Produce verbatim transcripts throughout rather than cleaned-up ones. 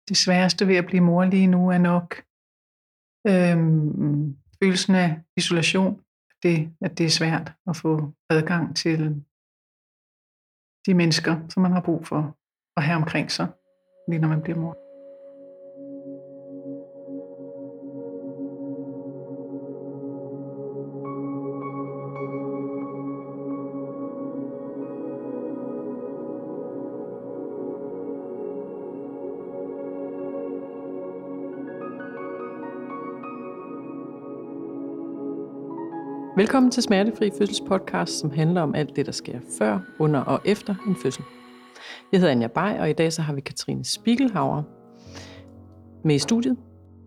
Det sværeste ved at blive mor lige nu er nok øhm, følelsen af isolation. Det, at det er svært at få adgang til de mennesker, som man har brug for at have omkring sig, lige når man bliver mor. Velkommen til Smertefri Fødsels podcast, som handler om alt det, der sker før, under og efter en fødsel. Jeg hedder Anja Bay, og i dag så har vi Katrine Spiegelhauer med i studiet.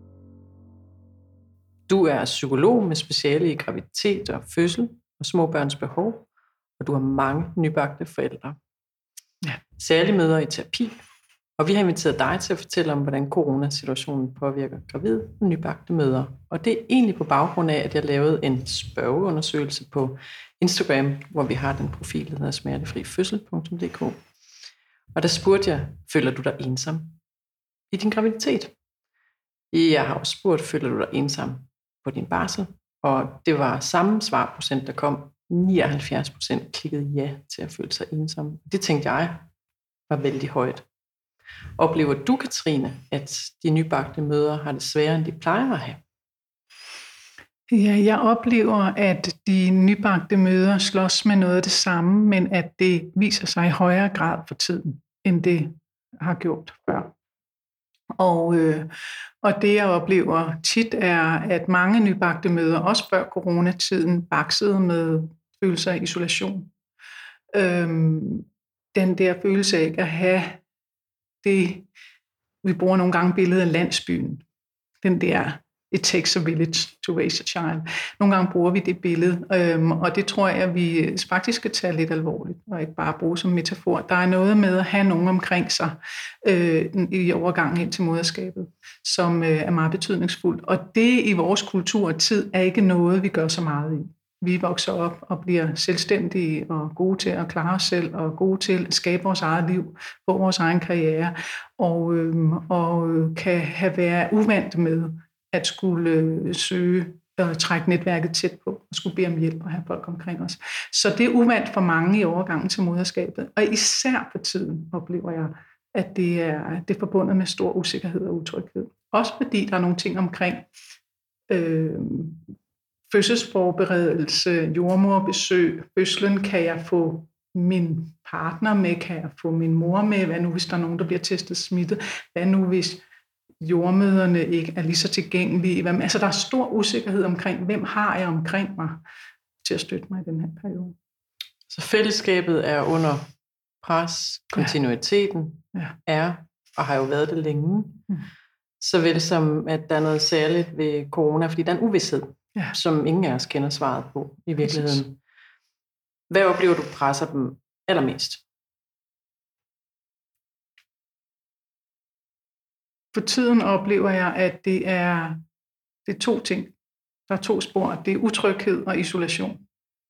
Du er psykolog med speciale i graviditet og fødsel og små børns behov, og du har mange nybagte forældre. Ja. Særligt møder i terapi, og vi har inviteret dig til at fortælle om, hvordan coronasituationen påvirker gravide og nybagte mødre. Og det er egentlig på baggrund af, at jeg lavede en spørgeundersøgelse på Instagram, hvor vi har den profil, der hedder smertefrifødsel punktum d k. Og der spurgte jeg, føler du dig ensom i din graviditet? Jeg har også spurgt, føler du dig ensom på din barsel? Og det var samme svarprocent, der kom. nioghalvfjerds procent klikkede ja til at føle sig ensom. Det tænkte jeg var vældig højt. Oplever du, Katrine, at de nybagte mødre har det sværere, end de plejer at have? Ja, jeg oplever, at de nybagte mødre slås med noget af det samme, men at det viser sig i højere grad for tiden, end det har gjort før. Og, øh, og det, jeg oplever tit, er, at mange nybagte mødre, også før coronatiden, baksede med følelser af isolation. Øhm, den der følelse af ikke at have det, vi bruger nogle gange billedet af landsbyen. Den der, it takes a village to raise a child. Nogle gange bruger vi det billede, øhm, og det tror jeg, at vi faktisk skal tage lidt alvorligt, og ikke bare bruge som metafor. Der er noget med at have nogen omkring sig øh, i overgangen ind til moderskabet, som øh, er meget betydningsfuldt. Og det i vores kultur og tid er ikke noget, vi gør så meget i. Vi vokser op og bliver selvstændige og gode til at klare os selv og gode til at skabe vores eget liv, få vores egen karriere og, øhm, og kan have været uvant med at skulle øh, søge og trække netværket tæt på og skulle bede om hjælp og have folk omkring os. Så det er uvant for mange i overgangen til moderskabet. Og især på tiden oplever jeg, at det er, det er forbundet med stor usikkerhed og utryghed. Også fordi der er nogle ting omkring øh, fødselsforberedelse, jordemorbesøg, fødslen, kan jeg få min partner med, kan jeg få min mor med, hvad nu hvis der er nogen, der bliver testet smittet, hvad nu hvis jordemødrene ikke er lige så tilgængelige. Altså der er stor usikkerhed omkring, hvem har jeg omkring mig til at støtte mig i den her periode. Så fællesskabet er under pres, kontinuiteten ja. Ja. er, og har jo været det længe, mm. såvel som at der er noget særligt ved corona, fordi der er en uvished, ja. Som ingen af os kender svaret på i virkeligheden. Præcis. Hvad oplever du presser dem allermest? For tiden oplever jeg, at det er, det er to ting. Der er to spor. Det er utryghed og isolation.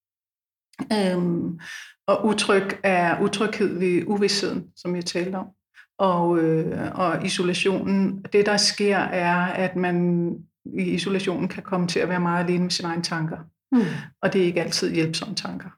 Øhm, og utryg er utryghed ved uvidstheden, som jeg talte om. Og, øh, og isolationen, det der sker, er, at man i isolationen kan komme til at være meget alene med sine egne tanker. Mm. Og det er ikke altid hjælpsomme tanker.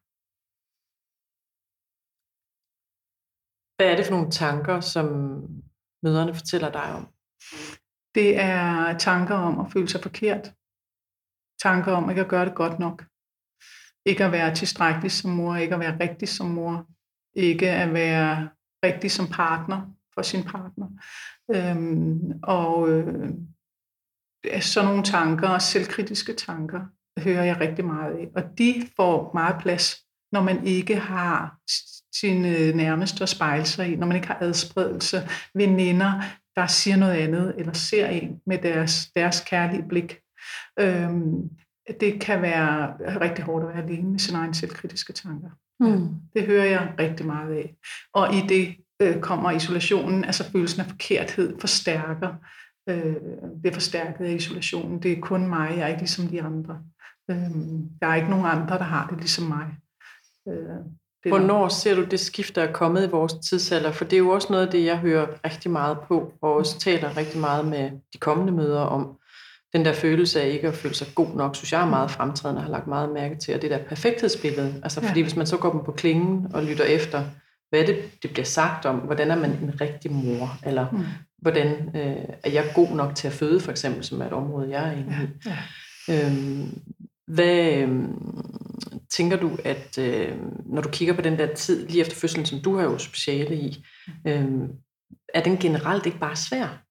Hvad er det for nogle tanker, som mødrene fortæller dig om? Det er tanker om at føle sig forkert. Tanker om ikke at gøre det godt nok. Ikke at være tilstrækkelig som mor, ikke at være rigtig som mor. Ikke at være rigtig som partner for sin partner. Øhm, og øh, sådan nogle tanker, selvkritiske tanker, hører jeg rigtig meget af. Og de får meget plads, når man ikke har sine nærmeste at spejle sig i, når man ikke har adspredelse, veninder, der siger noget andet, eller ser en med deres, deres kærlige blik. Øhm, det kan være rigtig hårdt at være alene med sine egne selvkritiske tanker. Mm. Det hører jeg rigtig meget af. Og i det øh, kommer isolationen, altså følelsen af forkerthed, forstærker. Øh, det er forstærket af isolationen. Det er kun mig, jeg er ikke ligesom de andre. Øh, der er ikke nogen andre, der har det ligesom mig. Øh, Det Hvornår ser du det skift, der er kommet i vores tidsalder? For det er jo også noget af det, jeg hører rigtig meget på, og også taler rigtig meget med de kommende møder om. Den der følelse af ikke at føle sig god nok, synes jeg er meget fremtrædende og har lagt meget mærke til. Og det der perfekthedsbillede. Altså fordi ja. Hvis man så går dem på klingen og lytter efter, hvad er det, det bliver sagt om? Hvordan er man en rigtig mor? Eller mm. hvordan øh, er jeg god nok til at føde, for eksempel, som er et område, jeg er inde i? Ja. Ja. Øhm, hvad øh, tænker du, at øh, når du kigger på den der tid lige efter fødslen, som du har jo speciale i, øh, er den generelt ikke bare svær?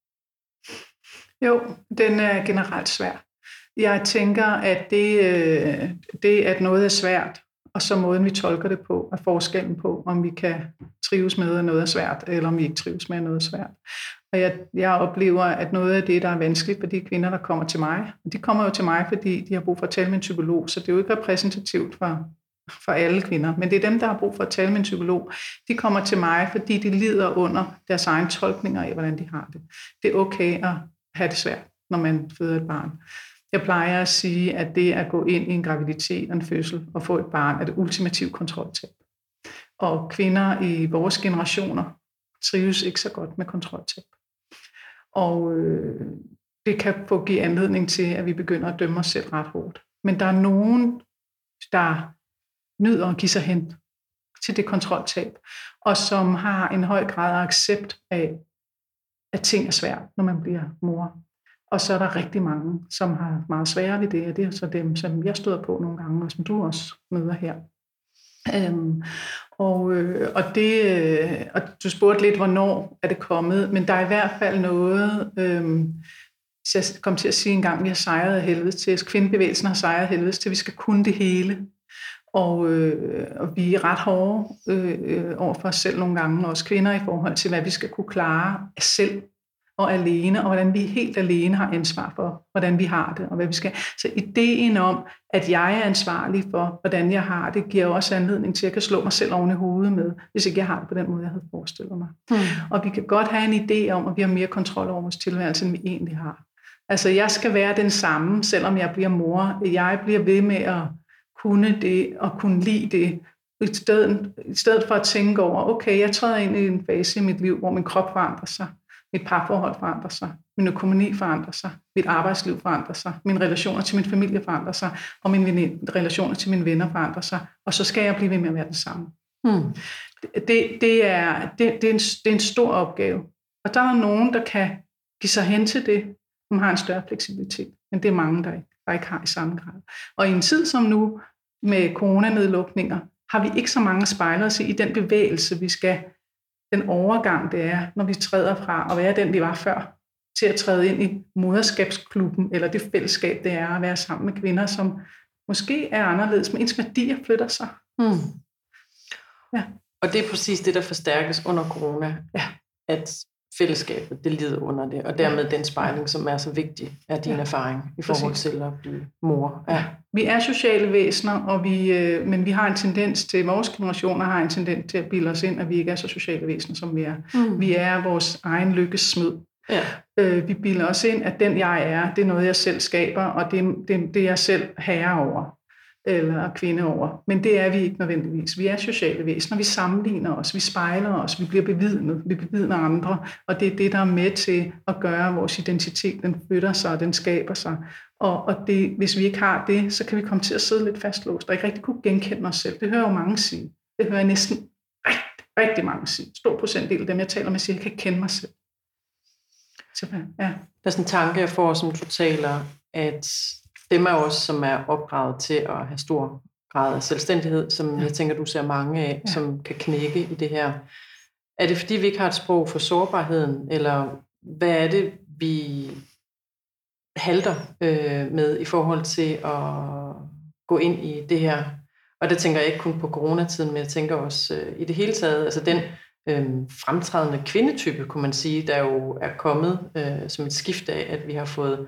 Jo, den er generelt svær. Jeg tænker, at det, øh, det at noget er svært, og så måden vi tolker det på, er forskellen på, om vi kan trives med, at noget er svært, eller om vi ikke trives med, at noget er svært. Og jeg, jeg oplever, at noget af det, der er vanskeligt for de kvinder, der kommer til mig, de kommer jo til mig, fordi de har brug for at tale med en psykolog, så det er jo ikke repræsentativt for, for alle kvinder, men det er dem, der har brug for at tale med en psykolog. De kommer til mig, fordi de lider under deres egne tolkninger af, hvordan de har det. Det er okay at have det svært, når man føder et barn. Jeg plejer at sige, at det at gå ind i en graviditet og en fødsel og få et barn er det ultimative kontroltab. Og kvinder i vores generationer trives ikke så godt med kontroltab. Og øh, det kan få give anledning til, at vi begynder at dømme os selv ret hårdt. Men der er nogen, der nyder at give sig hen til det kontroltab, og som har en høj grad af accept af, at ting er svært, når man bliver mor. Og så er der rigtig mange, som har meget sværere ved det, og det er så dem, som jeg støder på nogle gange, og som du også møder her. Øhm, og, øh, og, det, øh, og du spurgte lidt, hvornår er det kommet, men der er i hvert fald noget, øh, jeg kom til at sige en gang, vi har sejret af helvede til, kvindebevægelsen har sejret af helvede til, vi skal kunne det hele. Og, øh, og vi er ret hårde øh, over for os selv nogle gange, også kvinder, i forhold til, hvad vi skal kunne klare af selv og alene, og hvordan vi helt alene har ansvar for, hvordan vi har det, og hvad vi skal. Så ideen om, at jeg er ansvarlig for, hvordan jeg har det, giver også anledning til, at jeg kan slå mig selv oven i hovedet med, hvis ikke jeg har det på den måde, jeg havde forestillet mig. Mm. Og vi kan godt have en idé om, at vi har mere kontrol over vores tilværelse, end vi egentlig har. Altså, jeg skal være den samme, selvom jeg bliver mor. Jeg bliver ved med at kunne det, og kunne lide det, i stedet, i stedet for at tænke over, okay, jeg træder ind i en fase i mit liv, hvor min krop forandrer sig, mit parforhold forandrer sig, min økonomi forandrer sig, mit arbejdsliv forandrer sig, mine relationer til min familie forandrer sig, og mine relationer til mine venner forandrer sig, og så skal jeg blive ved med at være den samme. Hmm. Det, det, er, det, det, er en, det er en stor opgave, og der er nogen, der kan give sig hen til det, som har en større fleksibilitet, men det er mange, der ikke, der ikke har i samme grad. Og i en tid som nu, med coronanedlukninger, har vi ikke så mange spejler at se i den bevægelse, vi skal, den overgang det er, når vi træder fra at være den, vi var før, til at træde ind i moderskabsklubben, eller det fællesskab, det er at være sammen med kvinder, som måske er anderledes, men ens værdier flytter sig. Hmm. Ja. Og det er præcis det, der forstærkes under corona, ja. At fællesskabet, det lider under det, og dermed ja. Den spejling, som er så vigtig, er din ja. Erfaring i forhold præcis. Til at blive mor. Ja. Vi er sociale væsener, og vi, øh, men vi har en tendens til, vores generationer har en tendens til at bilde os ind, at vi ikke er så sociale væsener, som vi er. Mm. Vi er vores egen lykkes smed. Ja. Øh, vi bilder os ind, at den jeg er, det er noget, jeg selv skaber, og det er det, det jeg selv herre over, eller kvinde over. Men det er vi ikke nødvendigvis. Vi er sociale væsener, vi sammenligner os, vi spejler os, vi bliver bevidnet, vi bevidner andre, og det er det, der er med til at gøre, at vores identitet, den flytter sig, og den skaber sig. Og, og det, hvis vi ikke har det, så kan vi komme til at sidde lidt fastlåst, og ikke rigtig kunne genkende os selv. Det hører jo mange sige. Det hører jeg næsten rigtig, rigtig mange sige. Stor procentdel af dem, jeg taler med, siger, at jeg kan ikke kende mig selv. Så, ja. Der er sådan en tanke, jeg får, som du taler, at dem er også, som er opdraget til at have stor grad af selvstændighed, som ja. Jeg tænker, du ser mange af, ja. Som kan knække i det her. Er det, fordi vi ikke har et sprog for sårbarheden, eller hvad er det, vi halter øh, med i forhold til at gå ind i det her? Og det tænker jeg ikke kun på coronatiden, men jeg tænker også øh, i det hele taget, altså den øh, fremtrædende kvindetype, kunne man sige, der jo er kommet øh, som et skift af, at vi har fået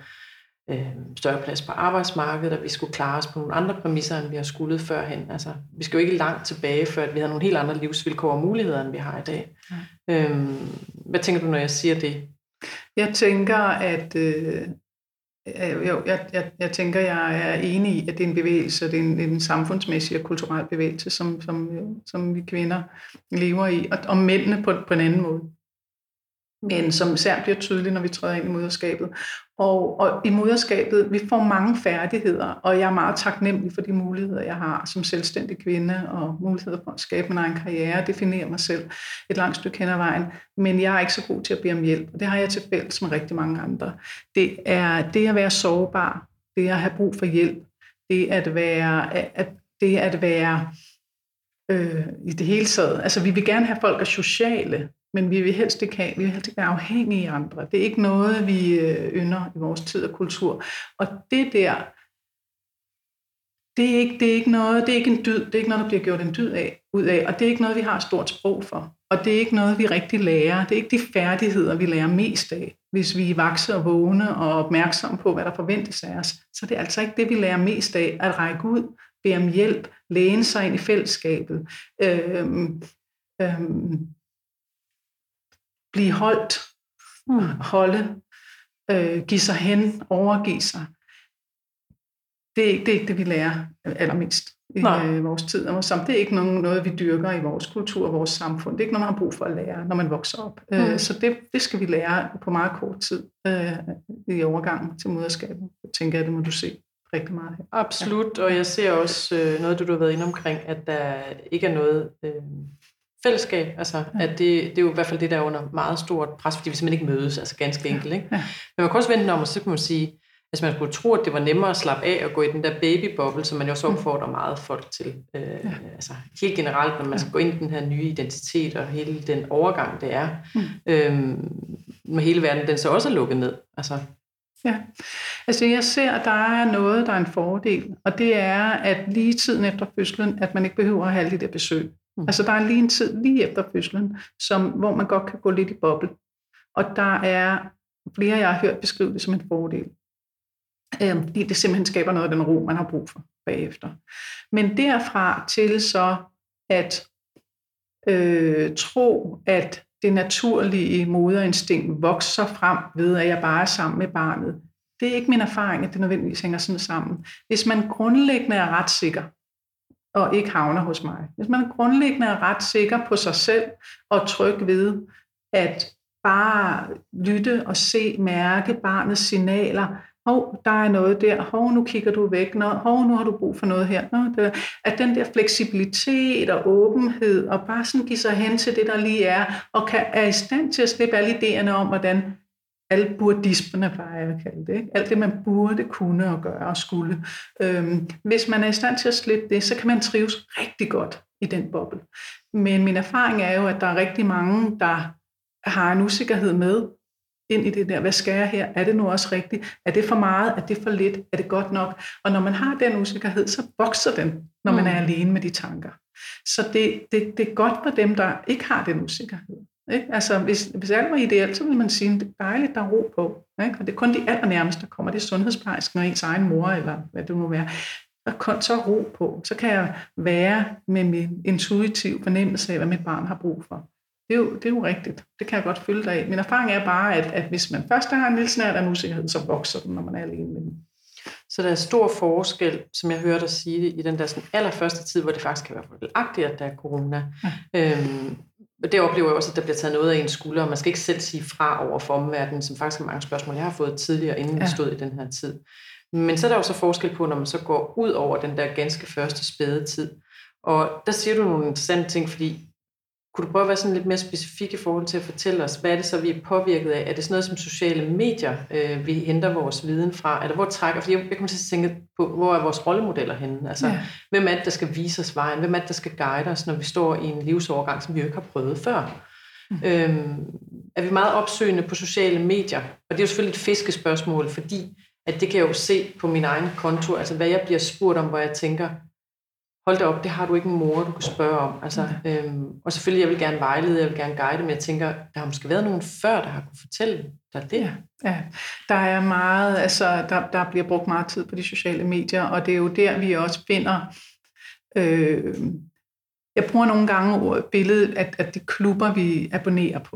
større plads på arbejdsmarkedet, og vi skulle klare os på nogle andre præmisser, end vi har skulle førhen. Altså, vi skal jo ikke langt tilbage, før at vi havde nogle helt andre livsvilkår og muligheder, end vi har i dag. Ja. Øhm, hvad tænker du, når jeg siger det? Jeg tænker, at, øh, Øh, Jo, jeg, jeg, jeg tænker, jeg er enig i, at det er en bevægelse, det er en, en samfundsmæssig og kulturel bevægelse, som, som, øh, som vi kvinder lever i, og, og mændene på, på en anden måde. Men som især bliver tydeligt, når vi træder ind i moderskabet. Og, og i moderskabet, vi får mange færdigheder, og jeg er meget taknemmelig for de muligheder, jeg har som selvstændig kvinde, og muligheder for at skabe min egen karriere, definere mig selv et langt stykke hen ad vejen. Men jeg er ikke så god til at bede om hjælp, og det har jeg til fælles med rigtig mange andre. Det er det at være sårbar, det at have brug for hjælp, det at være, at, det at være øh, i det hele taget. Altså, vi vil gerne have folk er sociale, men vi vil helst ikke have, vi vil helst ikke være afhængige af andre. Det er ikke noget, vi ynder i vores tid og kultur. Og det der, det er ikke, det er ikke noget, det er ikke en dyd, det er ikke noget, der bliver gjort en dyd af, ud af, og det er ikke noget, vi har et stort sprog for. Og det er ikke noget, vi rigtig lærer. Det er ikke de færdigheder, vi lærer mest af, hvis vi er vakse og vågne og opmærksomme på, hvad der forventes af os. Så det er altså ikke det, vi lærer mest af, at række ud, bede om hjælp, læne sig ind i fællesskabet, øhm, øhm, blive holdt, holde, øh, give sig hen, overgive sig. Det er, ikke, det er ikke det, vi lærer allermest i øh, vores tid og vores samfund. Det er ikke nogen, noget, vi dyrker i vores kultur og vores samfund. Det er ikke noget, man har brug for at lære, når man vokser op. Mm. Øh, så det, det skal vi lære på meget kort tid øh, i overgangen til moderskabet. Jeg tænker jeg, det må du se rigtig meget her. Absolut, ja. Og jeg ser også øh, noget, du har været inde omkring, at der ikke er noget øh, fællesskab. Altså, ja. At det, det er jo i hvert fald det, der er under meget stort pres, fordi vi simpelthen ikke mødes, altså ganske enkelt. Ikke? Ja. Ja. Men man kan også vente om, og så kan man sige, altså man skulle tro, at det var nemmere at slappe af og gå i den der babyboble, som man jo også opfordrer meget folk til. Øh, ja. Altså helt generelt, når man skal gå ind i den her nye identitet og hele den overgang, det er. Mm. Øhm, med hele verden, den så også er lukket ned. Altså. Ja, altså jeg ser, at der er noget, der er en fordel, og det er, at lige tiden efter fødslen, at man ikke behøver at have alle de der besøg. Mm. Altså der er lige en tid lige efter fødslen, som, hvor man godt kan gå lidt i boble. Og der er flere, jeg har hørt beskrive det som en fordel. Øh, fordi det simpelthen skaber noget af den ro, man har brug for bagefter. Men derfra til så at øh, tro, at det naturlige moderinstinkt vokser frem ved, at jeg bare er sammen med barnet. Det er ikke min erfaring, at det nødvendigvis hænger sådan sammen. Hvis man grundlæggende er ret sikker, og ikke havner hos mig. Hvis man grundlæggende er ret sikker på sig selv, og tryg ved, at bare lytte og se, mærke barnets signaler. Hov, der er noget der. Hov, nu kigger du væk. Nå, hov, nu har du brug for noget her. Nå, det, at den der fleksibilitet og åbenhed, og bare sådan give sig hen til det, der lige er, og kan, er i stand til at slippe alle idéerne om, hvordan alle burdismerne, plejer jeg at kalde det. Ikke? Alt det, man burde kunne og gøre og skulle. Øhm, hvis man er i stand til at slippe det, så kan man trives rigtig godt i den boble. Men min erfaring er jo, at der er rigtig mange, der har en usikkerhed med ind i det der, hvad skal jeg her? Er det nu også rigtigt? Er det for meget? Er det for lidt? Er det godt nok? Og når man har den usikkerhed, så vokser den, når man er alene med de tanker. Så det, det, det er godt for dem, der ikke har den usikkerhed. Ikke? Altså, hvis, hvis alt var ideelt, så vil man sige, at det er dejligt, der er ro på. Ikke? Og det er kun de allernærmeste, der kommer. Det er sundhedsplejersken og ens egen mor, eller hvad det må være. Der kun så ro på. Så kan jeg være med min intuitive fornemmelse af, hvad mit barn har brug for. Det er, jo, det er jo rigtigt. Det kan jeg godt følge dig af. Min erfaring er bare, at, at hvis man først har en lille snært af en usikkerhed, så vokser den, når man er alene med den. Så der er stor forskel, som jeg hørte dig sige det, i den der sådan allerførste tid, hvor det faktisk kan være fordelagtigt, at der er corona. Ja. Øhm, det oplever jeg også, at der bliver taget noget af ens skulder, og man skal ikke selv sige fra over for omverdenen, som faktisk er mange spørgsmål, jeg har fået tidligere, inden vi ja. stod i den her tid. Men så er der jo så forskel på, når man så går ud over den der ganske første spæde tid. Og der siger du nogle interessante ting, fordi kunne du prøve at være sådan lidt mere specifik i forhold til at fortælle os, hvad er det så, vi er påvirket af? Er det sådan noget som sociale medier, øh, vi henter vores viden fra? Eller hvor trækker? Fordi jeg, jeg kommer til at tænke på, hvor er vores rollemodeller henne? Altså, ja. Hvem er det, der skal vise os vejen? Hvem er det, der skal guide os, når vi står i en livsovergang, som vi jo ikke har prøvet før? Mm. Øhm, er vi meget opsøgende på sociale medier? Og det er jo selvfølgelig et fiskespørgsmål, fordi at det kan jeg jo se på min egen konto, altså hvad jeg bliver spurgt om, hvor jeg tænker, hold da op, det har du ikke en mor, du kan spørge om. Altså, øhm, og selvfølgelig, jeg vil gerne vejlede, jeg vil gerne guide, men jeg tænker, der har måske været nogen før, der har kunne fortælle dig det. Ja, ja. Der er meget, altså, der, der bliver brugt meget tid på de sociale medier, og det er jo der, vi også finder, øh, jeg bruger nogle gange billedet, at, at de klubber, vi abonnerer på.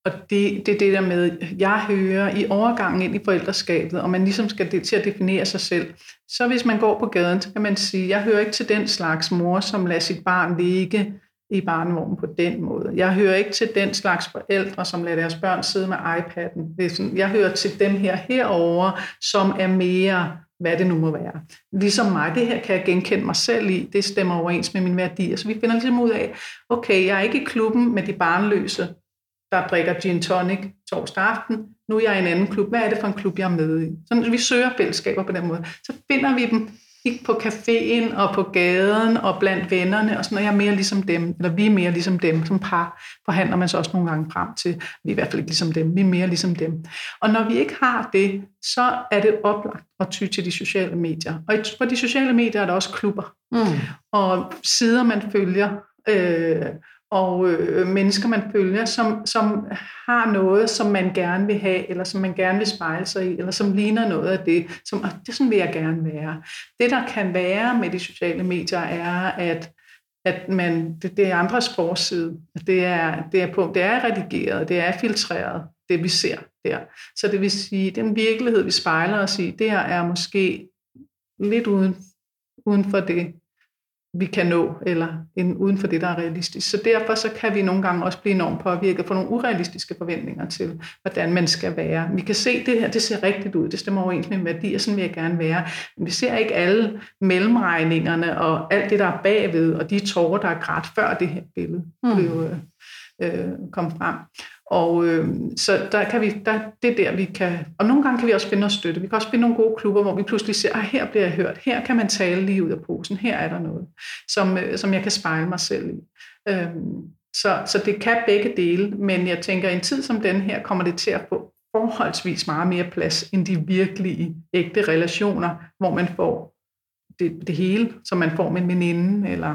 Og det, det er det der med, jeg hører i overgangen ind i forældreskabet, og man ligesom skal til at definere sig selv. Så hvis man går på gaden, så kan man sige, jeg hører ikke til den slags mor, som lader sit barn ligge i barnevognen på den måde. Jeg hører ikke til den slags forældre, som lader deres børn sidde med iPad'en. Det er sådan, jeg hører til dem her herovre, som er mere, hvad det nu må være. Ligesom mig, det her kan jeg genkende mig selv i, det stemmer overens med mine værdier. Så vi finder ligesom ud af, okay, jeg er ikke i klubben med de barnløse, der drikker gin tonic torsdag aften. Nu er jeg i en anden klub. Hvad er det for en klub, jeg er med i? Så vi søger fællesskaber på den måde. Så finder vi dem ikke på caféen og på gaden og blandt vennerne, og sådan noget. Jeg er mere ligesom dem, eller vi er mere ligesom dem. Som par forhandler man så også nogle gange frem til, vi er i hvert fald ikke ligesom dem, vi er mere ligesom dem. Og når vi ikke har det, så er det oplagt at ty til de sociale medier. Og på de sociale medier er der også klubber. Mm. Og sider, man følger, øh, og øh, mennesker, man følger, som, som har noget, som man gerne vil have, eller som man gerne vil spejle sig i, eller som ligner noget af det, som, det sådan vil jeg gerne være. Det, der kan være med de sociale medier, er, at, at man, det, det er andres forside. Det er, det, er på, det er redigeret, det er filtreret, det vi ser der. Så det vil sige, den virkelighed, vi spejler os i, det er måske lidt uden, uden for det, vi kan nå, eller en, uden for det, der er realistisk. Så derfor så kan vi nogle gange også blive enormt påvirket for nogle urealistiske forventninger til, hvordan man skal være. Vi kan se, at det her, det ser rigtigt ud, det stemmer overens med værdier, sådan vil jeg gerne være. Men vi ser ikke alle mellemregningerne og alt det, der er bagved, og de tårer, der er grædt før det her billede mm. blev øh, kom frem. Og øh, så der kan vi, der, det er der, vi kan, og nogle gange kan vi også finde noget støtte. Vi kan også finde nogle gode klubber, hvor vi pludselig siger, at her bliver jeg hørt, her kan man tale lige ud af posen, her er der noget, som, øh, som jeg kan spejle mig selv i. Øh, så, så det kan begge dele, men jeg tænker, at i en tid som den her, kommer det til at få forholdsvis meget mere plads, end de virkelige, ægte relationer, hvor man får det, det hele, som man får med en veninde, eller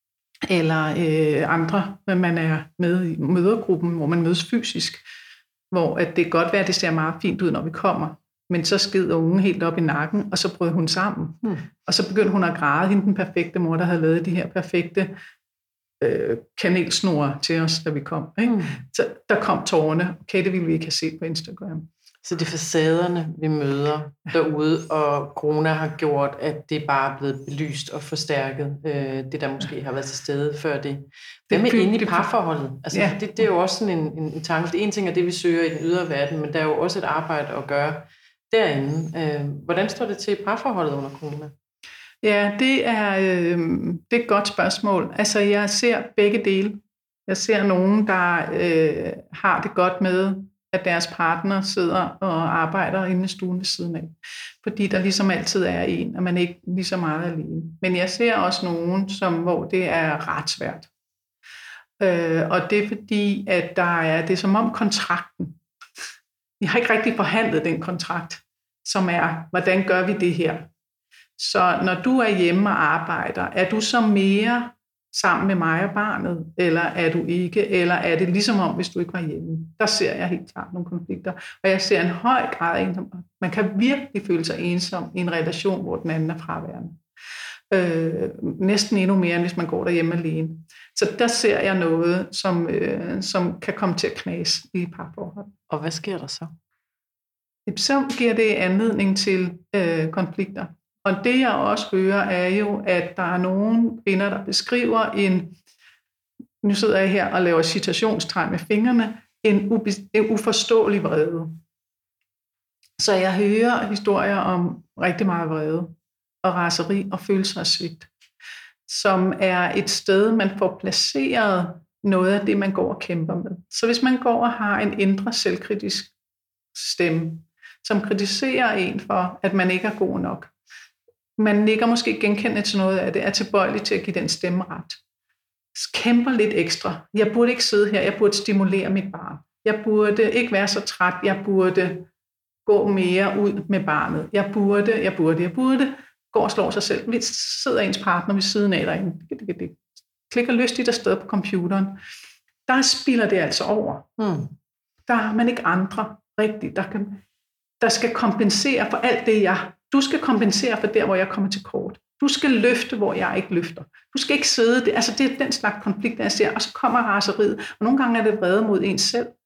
eller øh, andre, men man er med i mødergruppen, hvor man mødes fysisk, hvor at det kan godt være, at det ser meget fint ud, når vi kommer, men så skider ungen helt op i nakken, og så brød hun sammen. Mm. Og så begyndte hun at græde, hende den perfekte mor, der havde lavet de her perfekte øh, kanelsnore til os, da vi kom. Ikke? Mm. Så der kom tårerne. Okay, det ville vi ikke have set på Instagram. Så det er facaderne, vi møder derude, og corona har gjort, at det bare er blevet belyst og forstærket, øh, det der måske har været til stede før det. Hvad med inde i parforholdet? Altså, ja. det, det er jo også sådan en, en, en tanke. Det ene ting er det, vi søger i den ydre verden, men der er jo også et arbejde at gøre derinde. Øh, hvordan står det til i parforholdet under corona? Ja, det er, øh, det er et godt spørgsmål. Altså, jeg ser begge dele. Jeg ser nogen, der øh, har det godt med, at deres partner sidder og arbejder inde i stuen ved siden af. Fordi der ligesom altid er en, og man er ikke lige så meget alene. Men jeg ser også nogen, som, hvor det er ret svært. Øh, og det er fordi, at der er, det er som om kontrakten. Jeg har ikke rigtig forhandlet den kontrakt, som er, hvordan gør vi det her? Så når du er hjemme og arbejder, er du så mere sammen med mig og barnet, eller er du ikke, eller er det ligesom om, hvis du ikke var hjemme? Der ser jeg helt klart nogle konflikter, og jeg ser en høj grad af ensomhed. Man kan virkelig føle sig ensom i en relation, hvor den anden er fraværende. Øh, næsten endnu mere, end hvis man går derhjemme alene. Så der ser jeg noget, som, øh, som kan komme til at knase i parforhold. Og hvad sker der så? Så giver det anledning til øh, konflikter. Og det jeg også hører er jo, at der er nogle kvinder, der beskriver en, nu sidder jeg her og laver citationstegn med fingrene, en, ube, en uforståelig vrede. Så jeg hører historier om rigtig meget vrede og raseri og følelser af svigt, som er et sted, man får placeret noget af det, man går og kæmper med. Så hvis man går og har en indre selvkritisk stemme, som kritiserer en for, at man ikke er god nok, man nikker måske genkendende til noget af det, er tilbøjelig til at give den stemme ret. Kæmper lidt ekstra. Jeg burde ikke sidde her, jeg burde stimulere mit barn. Jeg burde ikke være så træt, jeg burde gå mere ud med barnet. Jeg burde, jeg burde, jeg burde. Går og slår sig selv. Vi sidder ens partner ved siden af derinde. Klikker lystigt afsted på computeren. Der spiller det altså over. Mm. Der har man ikke andre rigtigt, der, kan, der skal kompensere for alt det, jeg Du skal kompensere for der, hvor jeg kommer til kort. Du skal løfte, hvor jeg ikke løfter. Du skal ikke sidde. Det, altså det er den slags konflikt, jeg ser. Og så kommer raseriet. Og nogle gange er det vrede mod ens selv.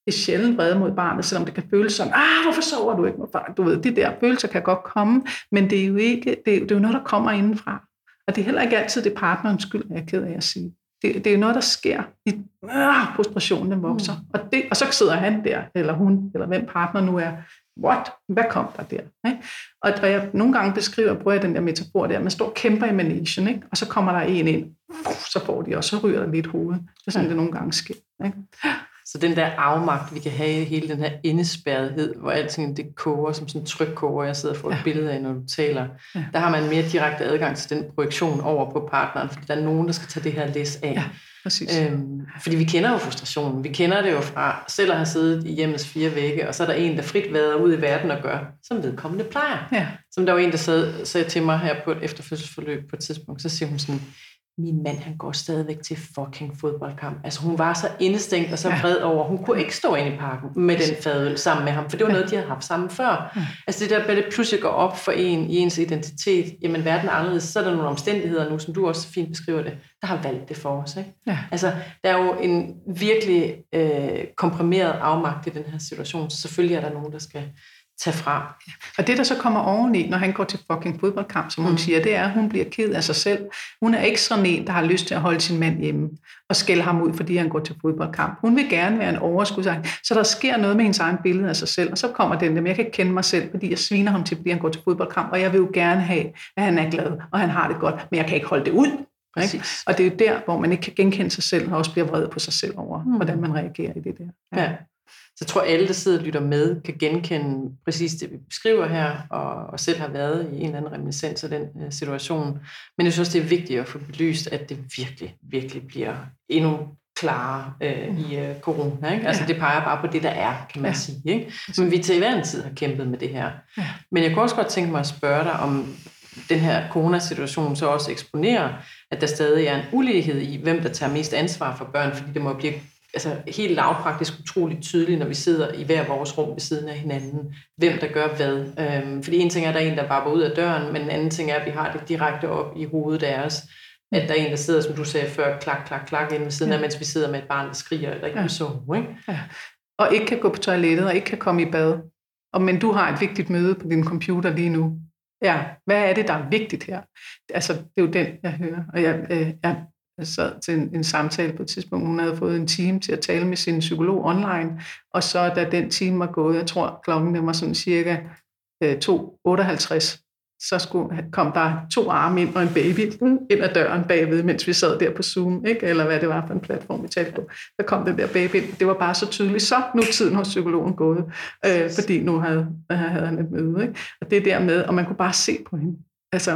er sjældent vrede mod barnet, selvom det kan føles som, ah, hvorfor sover du ikke? Du ved, de der følelser kan godt komme, men det er jo ikke, det er, det er jo noget, der kommer indenfra. Og det er heller ikke altid det partnerens skyld, jeg er ked af at sige. Det, det er jo noget, der sker i øh, frustrationen, den vokser. Mm. Og, det, og så sidder han der, eller hun, eller hvem partner nu er. What? Hvad kom der der? Ikke? Og, og jeg nogle gange beskriver, bruger jeg den der metafor der, man står og kæmper i managen, ikke? Og så kommer der en ind, så får de, og så ryger der lidt hoved. Det er sådan, det nogle gange sker. Ikke? Så den der afmagt, vi kan have i hele den her indespærrethed, hvor alting det koger, som sådan en trykkoger, jeg sidder og får et ja. billede af, når du taler, ja. der har man mere direkte adgang til den projektion over på partneren, fordi der er nogen, der skal tage det her læs af. Ja, præcis. Øhm, fordi vi kender jo frustrationen. Vi kender det jo fra selv at have siddet i hjemmets fire vægge, og så er der en, der frit vader ud i verden og gør, som vedkommende plejer. Ja. Som der var en, der sad, sagde til mig her på et efterfødselsforløb på et tidspunkt, så siger hun sådan, min mand, han går stadigvæk til fucking fodboldkamp. Altså hun var så indestængt og så vred over, hun kunne ikke stå inde i parken med den fadøl sammen med ham, for det var noget, de havde haft sammen før. Ja. Altså det der, at det pludselig går op for en i ens identitet, jamen verden er anderledes, så er der nogle omstændigheder nu, som du også fint beskriver det, der har valgt det for os. Ikke? Ja. Altså der er jo en virkelig øh, komprimeret afmagt i den her situation, så selvfølgelig er der nogen, der skal tage fra. Og det, der så kommer oveni, når han går til fucking fodboldkamp, som hun mm. siger, det er, at hun bliver ked af sig selv. Hun er ikke sådan en, der har lyst til at holde sin mand hjemme og skælde ham ud, fordi han går til fodboldkamp. Hun vil gerne være en overskudsagtig. Så der sker noget med hendes egen billede af sig selv, og så kommer den der, men jeg kan ikke kende mig selv, fordi jeg sviner ham til, fordi han går til fodboldkamp, og jeg vil jo gerne have, at han er glad, og han har det godt, men jeg kan ikke holde det ud. Ikke? Og det er jo der, hvor man ikke kan genkende sig selv, og også bliver vred på sig selv over, mm. hvordan man reagerer i det der. Ja. Ja. Så jeg tror, alle, der sidder og lytter med, kan genkende præcis det, vi beskriver her, og, og selv har været i en eller anden reminiscens af den uh, situation. Men jeg synes også, det er vigtigt at få belyst, at det virkelig, virkelig bliver endnu klarere uh, i uh, corona. Ikke? Altså, ja. Det peger bare på det, der er, kan man ja. sige. Ikke? Men vi til hver en tid har kæmpet med det her. Ja. Men jeg kunne også godt tænke mig at spørge dig, om den her coronasituation så også eksponerer, at der stadig er en ulighed i, hvem der tager mest ansvar for børn, fordi det må blive altså helt lavpraktisk utroligt tydeligt, når vi sidder i hver vores rum ved siden af hinanden, hvem der gør hvad. Øhm, fordi en ting er, at der er en, der vapper ud af døren, men en anden ting er, at vi har det direkte op i hovedet af os. At der er en, der sidder, som du sagde før, klak, klak, klak inde ved siden af, ja. mens vi sidder med et barn, der skriger eller ikke ja. så. Ikke? Ja. Og ikke kan gå på toilettet, og ikke kan komme i bad. Og, men du har et vigtigt møde på din computer lige nu. Ja, hvad er det, der er vigtigt her? Altså, det er jo den, jeg hører. Og jeg, øh, jeg Jeg sad til en, en samtale på et tidspunkt, hun havde fået en time til at tale med sin psykolog online, og så da den time var gået, jeg tror klokken den var sådan cirka øh, to otteoghalvtreds, så skulle, kom der to arme ind og en baby ind ad døren bagved, mens vi sad der på Zoom, ikke? Eller hvad det var for en platform, vi talte på. Der kom den der baby ind. Det var bare så tydeligt. Så nu er tiden hos psykologen gået, øh, fordi nu havde, havde han et møde. Ikke? Og det der med, og man kunne bare se på hende. Altså,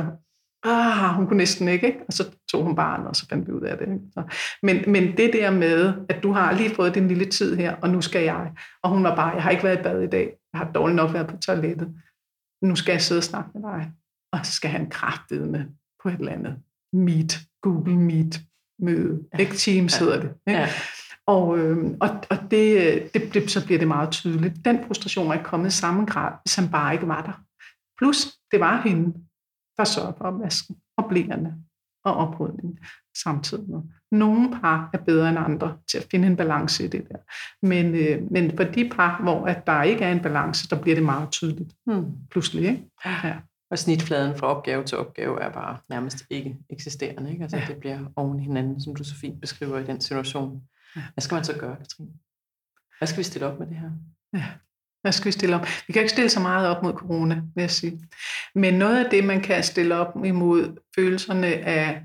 ah, hun kunne næsten ikke, ikke? Og så tog hun barnet, og så fandt vi ud af det. Ikke? Så, men, men det der med, at du har lige fået din lille tid her, og nu skal jeg. Og hun var bare, jeg har ikke været i bad i dag. Jeg har dårligt nok været på toilettet. Nu skal jeg sidde og snakke med dig. Og så skal han kraftedeme på et eller andet Meet, Google Meet møde. Ja. Ikke Teams hedder det. Ikke? Ja. Og, øh, og, og det, det, det, så bliver det meget tydeligt. Den frustration er ikke kommet i samme grad, hvis han bare ikke var der. Plus, det var hende, der sørger for opvasken og blærene og oprydning samtidig med. Nogle par er bedre end andre til at finde en balance i det der. Men, øh, men for de par, hvor at der ikke er en balance, der bliver det meget tydeligt. Hmm. Pludselig, ikke? Ja. Og snitfladen fra opgave til opgave er bare nærmest ikke eksisterende. Ikke? Altså, ja. Det bliver oven i hinanden, som du så fint beskriver i den situation. Ja. Hvad skal man så gøre, Katrine? Hvad skal vi stille op med det her? Ja. Hvad skal vi stille op? Vi kan ikke stille så meget op mod corona, vil jeg sige. Men noget af det, man kan stille op imod følelserne af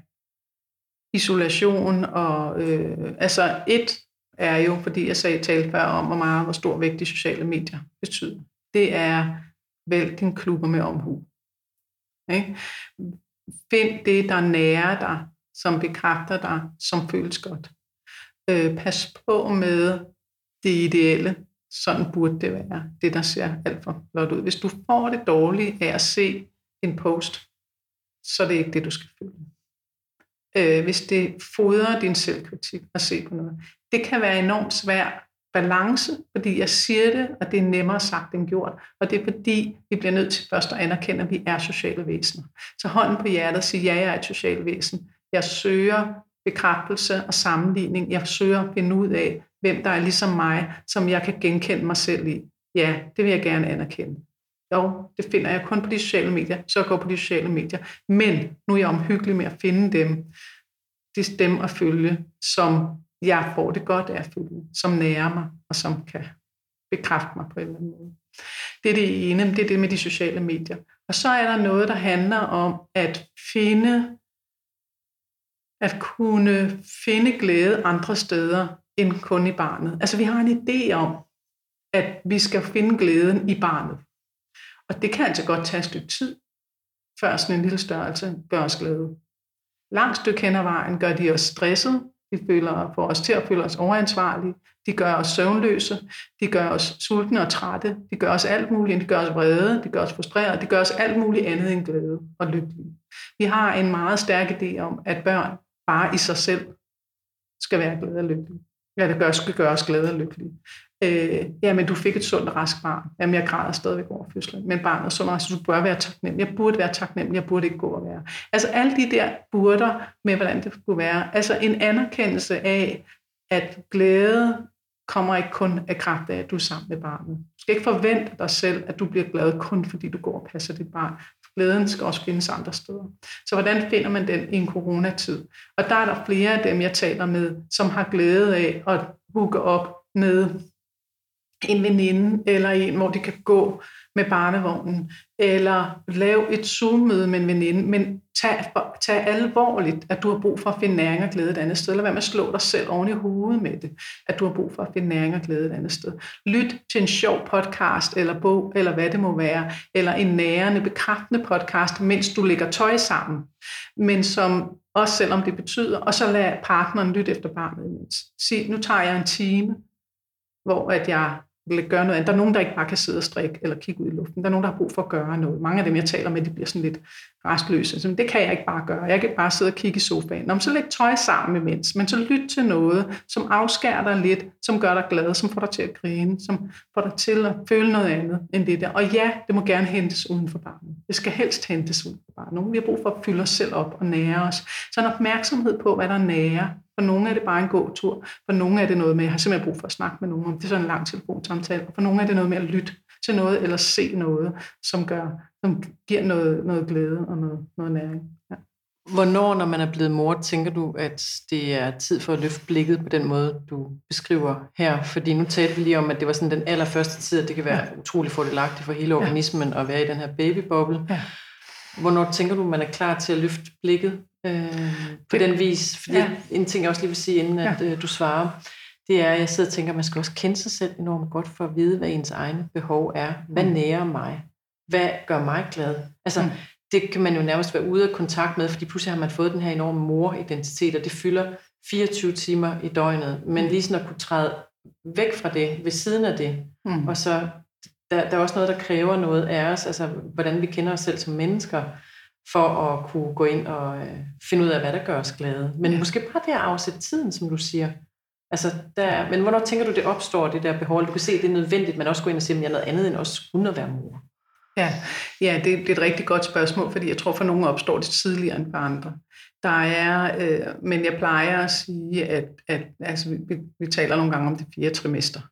isolation, og øh, altså et er jo, fordi jeg sagde tale før om, hvor meget, hvor stor vægt de sociale medier betyder. Det er vælg din klubber med omhu. Okay? Find det, der nærer dig, som bekræfter dig, som føles godt. Øh, pas på med det ideelle. Sådan burde det være. Det, der ser alt for flot ud. Hvis du får det dårligt af at se en post, så er det ikke det, du skal føle. Øh, hvis det fodrer din selvkritik at se på noget. Det kan være enormt svær balance, fordi jeg siger det, og det er nemmere sagt end gjort. Og det er fordi, vi bliver nødt til først at anerkende, at vi er sociale væsener. Så hånden på hjertet og sige, ja, jeg er et socialt væsen. Jeg søger bekræftelse og sammenligning. Jeg søger at finde ud af, hvem der er ligesom mig, som jeg kan genkende mig selv i. Ja, det vil jeg gerne anerkende. Jo, det finder jeg kun på de sociale medier, så jeg går på de sociale medier. Men nu er jeg omhyggelig med at finde dem, de dem at følge, som jeg får det godt af at følge, som nærer mig, og som kan bekræfte mig på en eller anden måde. Det er det ene, det er det med de sociale medier. Og så er der noget, der handler om at finde, at kunne finde glæde andre steder end kun i barnet. Altså vi har en idé om, at vi skal finde glæden i barnet. Og det kan altså godt tage et stykke tid, før sådan en lille størrelse gør os glade. Langt stykke hen ad vejen gør de os stresset, de føler, får os til at føle os overansvarlige, de gør os søvnløse, de gør os sultne og trætte, de gør os alt muligt, de gør os vrede, de gør os frustrerede, de gør os alt muligt andet end glæde og lykkelige. Vi har en meget stærk idé om, at børn bare i sig selv skal være glade og lykkelige. Ja, det gør, skal gøre os glade og lykkelige. Øh, jamen, du fik et sundt og rask barn. Jamen, jeg græder stadigvæk over fødslen. Men barnet er sundt og rask, så du bør være taknemmelig. Jeg burde være taknemmelig, jeg burde ikke gå og være. Altså, alle de der burder med, hvordan det skulle være. Altså, en anerkendelse af, at glæde kommer ikke kun af kraft af, at du er sammen med barnet. Du skal ikke forvente dig selv, at du bliver glad kun fordi du går og passer dit barn. Glæden skal også findes andre steder. Så hvordan finder man den i en coronatid? Og der er der flere af dem, jeg taler med, som har glæde af at hooke op med en veninde, eller en, hvor de kan gå med barnevognen, eller lave et Zoom-møde med en veninde, men tag, tag alvorligt, at du har brug for at finde næring og glæde et andet sted, eller hvad med at slå dig selv oven i hovedet med det, at du har brug for at finde næring og glæde et andet sted. Lyt til en sjov podcast, eller bog, eller hvad det må være, eller en nærende, bekræftende podcast, mens du lægger tøj sammen, men som også selvom det betyder, og så lad partneren lytte efter barnet imens. Sig, nu tager jeg en time, hvor at jeg vil gøre noget andet. Der er nogen, der ikke bare kan sidde og strikke eller kigge ud i luften. Der er nogen, der har brug for at gøre noget. Mange af dem, jeg taler med, de bliver sådan lidt restløse. Så det kan jeg ikke bare gøre. Jeg kan bare sidde og kigge i sofaen. Nå, så læg tøj sammen imens, men så lyt til noget, som afskærer dig lidt, som gør dig glad, som får dig til at grine, som får dig til at føle noget andet end det der. Og ja, det må gerne hentes uden for barnet. Det skal helst hentes uden for barnet. Nogen, vi har brug for at fylde os selv op og nære os. Så en opmærksomhed på, hvad der nærer. For nogle er det bare en gåtur. For nogle er det noget med, jeg har simpelthen brug for at snakke med nogen om. Det er sådan en lang telefonsamtale. Og for nogle er det noget med at lytte til noget, eller se noget, som, gør, som giver noget, noget glæde og noget, noget næring. Ja. Hvornår, når man er blevet mor, tænker du, at det er tid for at løfte blikket på den måde, du beskriver her? Fordi nu talte vi lige om, at det var sådan den allerførste tid, at det kan være ja. utrolig fordelagtigt for hele organismen ja. at være i den her babyboble. Ja. Hvornår tænker du, man er klar til at løfte blikket øh, på det, den vis? Fordi ja. en ting, jeg også lige vil sige, inden at, ja. øh, du svarer, det er, at jeg sidder og tænker, at man skal også kende sig selv enormt godt for at vide, hvad ens egne behov er. Hvad mm. nærer mig? Hvad gør mig glad? Altså, mm. det kan man jo nærmest være ude af kontakt med, fordi pludselig har man fået den her enorme mor-identitet, og det fylder fireogtyve timer i døgnet. Men lige sådan at kunne træde væk fra det, ved siden af det, mm. og så der, der er også noget, der kræver noget af os, altså hvordan vi kender os selv som mennesker, for at kunne gå ind og øh, finde ud af, hvad der gør os glade. Men ja. måske bare det at afsætte tiden, som du siger. Altså, der, men hvornår tænker du, det opstår, det der behov? Du kan se, at det er nødvendigt, men også gå ind og sige, at jeg er noget andet end også kun at være mor. Ja, ja det, det er et rigtig godt spørgsmål, fordi jeg tror, for nogle opstår det tidligere end for andre. Der er, øh, men jeg plejer at sige, at, at altså, vi, vi taler nogle gange om det fjerde trimester.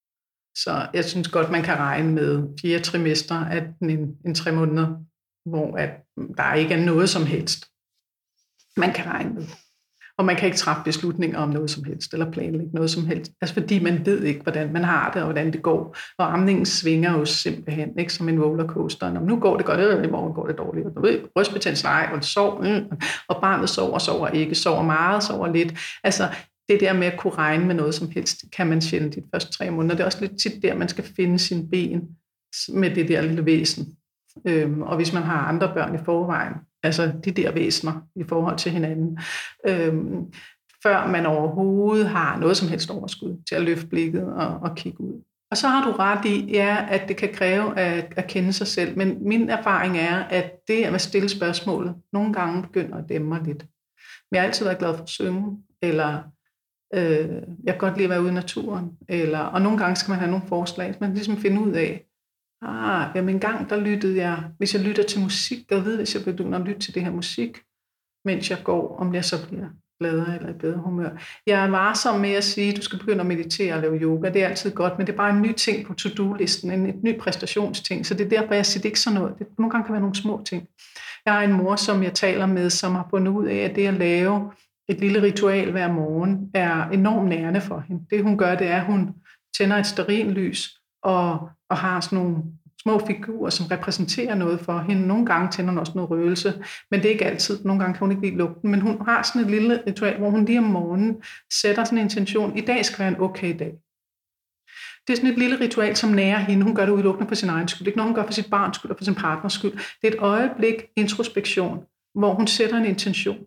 Så jeg synes godt, man kan regne med fjerde trimester, at en, en tre måneder, hvor at der ikke er noget som helst, man kan regne med. Og man kan ikke træffe beslutninger om noget som helst, eller planlægge noget som helst. Altså fordi man ved ikke, hvordan man har det, og hvordan det går. Og amningen svinger jo simpelthen, ikke som en rollercoaster. Når nu går det godt, eller i morgen går det dårligt. Og rystbetændelse, nej, og det sover, og barnet sover, sover ikke, sover meget, sover lidt. Altså det der med at kunne regne med noget som helst, kan man sjældent de første tre måneder. Det er også lidt tit der, man skal finde sin ben med det der lille væsen. Øhm, og hvis man har andre børn i forvejen, altså de der væsener i forhold til hinanden, øhm, før man overhovedet har noget som helst overskud til at løfte blikket og, og kigge ud. Og så har du ret i, ja, at det kan kræve at, at kende sig selv, men min erfaring er, at det at stille spørgsmålet nogle gange begynder at dæmme mig lidt. Men jeg har altid været glad for at synge, eller øh, jeg kan godt lide at være ude i naturen, eller, og nogle gange skal man have nogle forslag, så man kan ligesom finde ud af, Ah, jamen en gang der lyttede jeg, hvis jeg lytter til musik, jeg ved, hvis jeg begynder at lytte til det her musik, mens jeg går, om jeg så bliver gladere eller i bedre humør. Jeg er varsom med at sige, at du skal begynde at meditere og lave yoga. Det er altid godt, men det er bare en ny ting på to-do-listen, en, en ny præstationsting. Så det er derfor, jeg siger, det er ikke sådan noget. Det, nogle gange kan være nogle små ting. Jeg har en mor, som jeg taler med, som har fundet ud af, at det at lave et lille ritual hver morgen er enormt nærende for hende. Det hun gør, det er, at hun tænder et stearinlys og, og har sådan nogle små figurer, som repræsenterer noget for hende. Nogle gange tænder hun også noget røgelse, men det er ikke altid. Nogle gange kan hun ikke lide lugten, men hun har sådan et lille ritual, hvor hun lige om morgenen sætter sådan en intention. I dag skal være en okay dag. Det er sådan et lille ritual, som nærer hende. Hun gør det udelukkende for sin egen skyld. Ikke noget, hun gør for sit barns skyld og for sin partners skyld. Det er et øjeblik introspektion, hvor hun sætter en intention.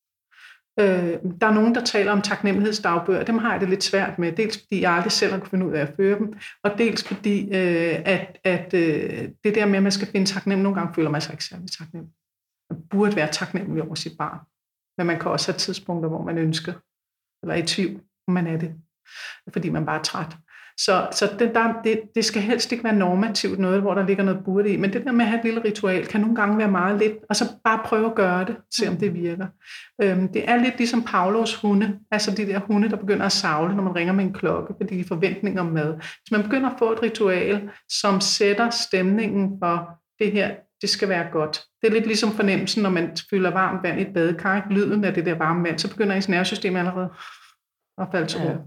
Øh, der er nogen, der taler om taknemmelighedsdagbøger. Dem har jeg det lidt svært med. Dels fordi jeg aldrig selv har kunnet finde ud af at føre dem, og dels fordi, øh, at, at øh, det der med, at man skal finde taknemmelig, nogle gange føler man sig ikke særlig taknemmelig. Man burde være taknemmelig over sit barn. Men man kan også have tidspunkter, hvor man ønsker, eller er i tvivl, om man er det, fordi man bare er træt. Så, så det, der, det, det skal helst ikke være normativt noget, hvor der ligger noget burde i, men det der med at have et lille ritual, kan nogle gange være meget lidt, og så bare prøve at gøre det, se om det virker. Øhm, det er lidt ligesom Pavlovs hunde, altså de der hunde, der begynder at savle, når man ringer med en klokke, fordi de forventninger om mad. Hvis man begynder at få et ritual, som sætter stemningen for det her, det skal være godt. Det er lidt ligesom fornemmelsen, når man fylder varmt vand i et badekar, ikke? Lyden af det der varme vand, så begynder ens nervesystem allerede at falde til ro. Ja.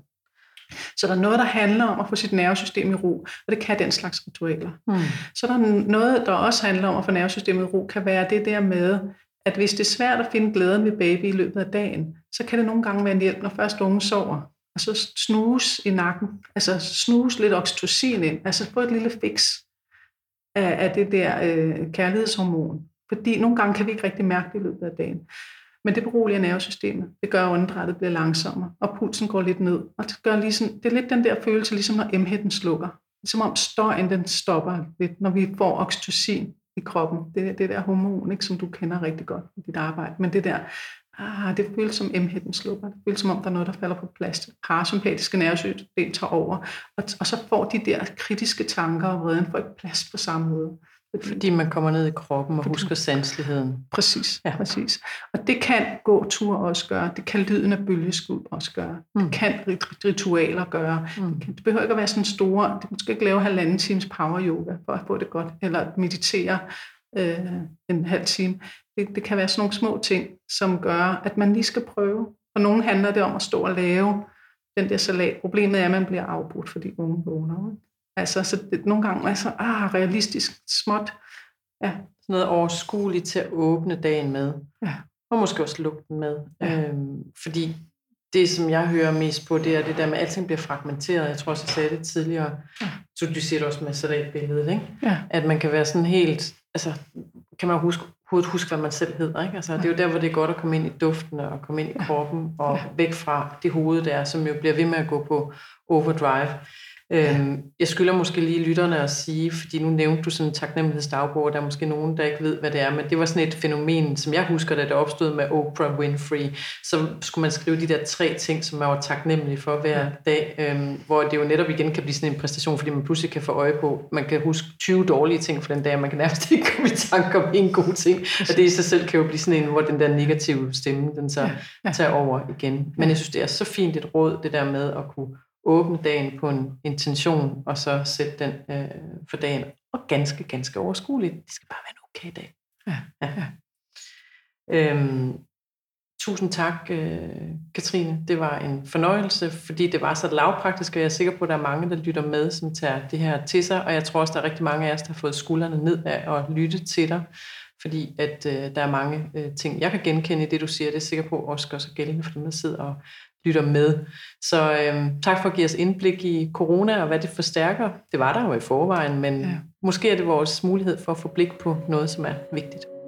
Så der er noget, der handler om at få sit nervesystem i ro, og det kan den slags ritualer. Mm. Så der er noget, der også handler om at få nervesystemet i ro, kan være det der med, at hvis det er svært at finde glæden ved baby i løbet af dagen, så kan det nogle gange være en hjælp, når først unge sover, og så snus i nakken, altså snus lidt oxytocin ind, altså få et lille fix af, af det der øh, kærlighedshormon. Fordi nogle gange kan vi ikke rigtig mærke det i løbet af dagen. Men det beroliger nervesystemet. Det gør, at åndedrættet bliver langsommere, og pulsen går lidt ned. Og det, gør ligesom, det er lidt den der følelse, ligesom når emheden slukker. Ligesom om støjen den stopper lidt, når vi får oxytocin i kroppen. Det er det der hormon, ikke, som du kender rigtig godt i dit arbejde. Men det der, ah, det føles som emheden slukker. Det føles som om, der er noget, der falder på plads. Det parasympatiske nervesystem tager over. Og, og så får de der kritiske tanker og vreden får ikke plads på samme måde. Fordi man kommer ned i kroppen og husker sanseligheden. Præcis, ja. præcis. Og det kan gåtur også gøre. Det kan lyden af bølgeskud også gøre. Mm. Det kan ritualer gøre. Mm. Det, det behøver ikke at være sådan store. Du skal ikke lave halvanden times power yoga for at få det godt. Eller meditere øh, en halv time. Det, det kan være sådan nogle små ting, som gør, at man lige skal prøve. For nogen handler det om at stå og lave den der salat. Problemet er, at man bliver afbrudt, fordi unge vågner. Altså, så det, nogle gange er så ah, realistisk, småt. Ja. Sådan noget overskueligt til at åbne dagen med. Ja. Og måske også lugte den med. Ja. Øhm, fordi det, som jeg hører mest på, det er det der med, at alting bliver fragmenteret. Jeg tror også, jeg sagde det tidligere. Ja. Så du siger det også med salatbilledet, ikke? Ja. At man kan være sådan helt... Altså, kan man huske, huske hvad man selv hedder, ikke? Altså, det er jo der, hvor det er godt at komme ind i duften og komme ind i kroppen og ja. væk fra det hoved der, som jo bliver ved med at gå på overdrive. Øhm, jeg skylder måske lige lytterne at sige, fordi nu nævnte du sådan en taknemmelighedsdagbog, der er måske nogen, der ikke ved, hvad det er, men det var sådan et fænomen, som jeg husker, da det opstod med Oprah Winfrey. Så skulle man skrive de der tre ting, som man var taknemmelig for hver dag, øhm, hvor det jo netop igen kan blive sådan en præstation, fordi man pludselig kan få øje på, man kan huske tyve dårlige ting for den dag, man kan nærmest ikke komme i tanke om en god ting, og det i sig selv kan jo blive sådan en, hvor den der negative stemme, den så tager over igen. Men jeg synes, det er så fint et råd, det der med at kunne åbne dagen på en intention, og så sætte den øh, for dagen. Og ganske, ganske overskueligt. Det skal bare være en okay dag. Ja. Ja. Øhm, tusind tak, øh, Katrine. Det var en fornøjelse, fordi det var så lavpraktisk, og jeg er sikker på, at der er mange, der lytter med, som tager det her til sig, og jeg tror også, der er rigtig mange af os, der har fået skuldrene ned af at lytte til dig, fordi at øh, der er mange øh, ting, jeg kan genkende i det, du siger. Det er sikker på også gør sig gældende for dem, der sidder og lytter med. Så øhm, tak for at give os indblik i corona og hvad det forstærker. Det var der jo i forvejen, men ja. måske er det vores mulighed for at få blik på noget, som er vigtigt.